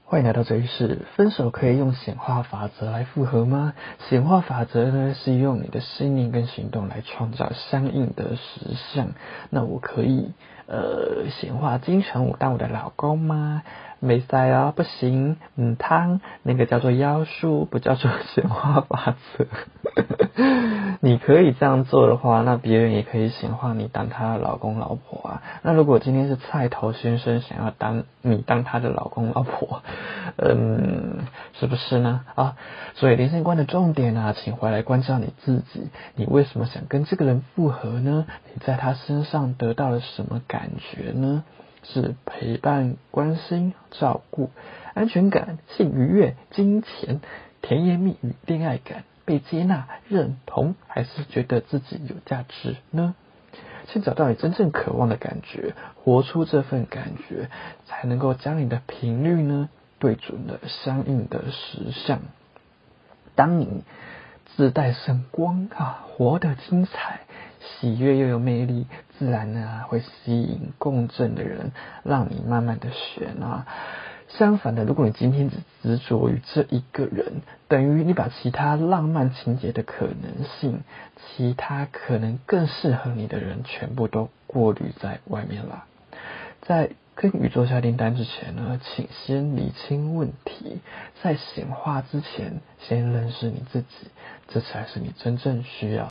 欢迎来到这里是分手可以用显化法则来复合吗？显化法则呢是用你的信念跟行动来创造相应的实相。那我可以显化金城武当我的老公吗？没塞啊，不行，汤那个叫做妖术，不叫做显化法则。你可以这样做的话，那别人也可以显化你当他的老公老婆啊。那如果今天是菜头先生想要当他的老公老婆，是不是呢？所以连线观的重点啊，请回来关照你自己，你为什么想跟这个人复合呢？你在他身上得到了什么感觉呢？是陪伴、关心、照顾、安全感、性愉悦、金钱、甜言蜜语、恋爱感、被接纳、认同，还是觉得自己有价值呢？先找到你真正渴望的感觉，活出这份感觉，才能够将你的频率呢对准了相应的实相。当你自带圣光活得精彩，喜悦又有魅力，自然呢会吸引共振的人，让你慢慢的选相反的，如果你今天只执着于这一个人，等于你把其他浪漫情节的可能性，其他可能更适合你的人，全部都过滤在外面了。在跟宇宙下订单之前呢，请先理清问题，在显化之前，先认识你自己，这才是你真正需要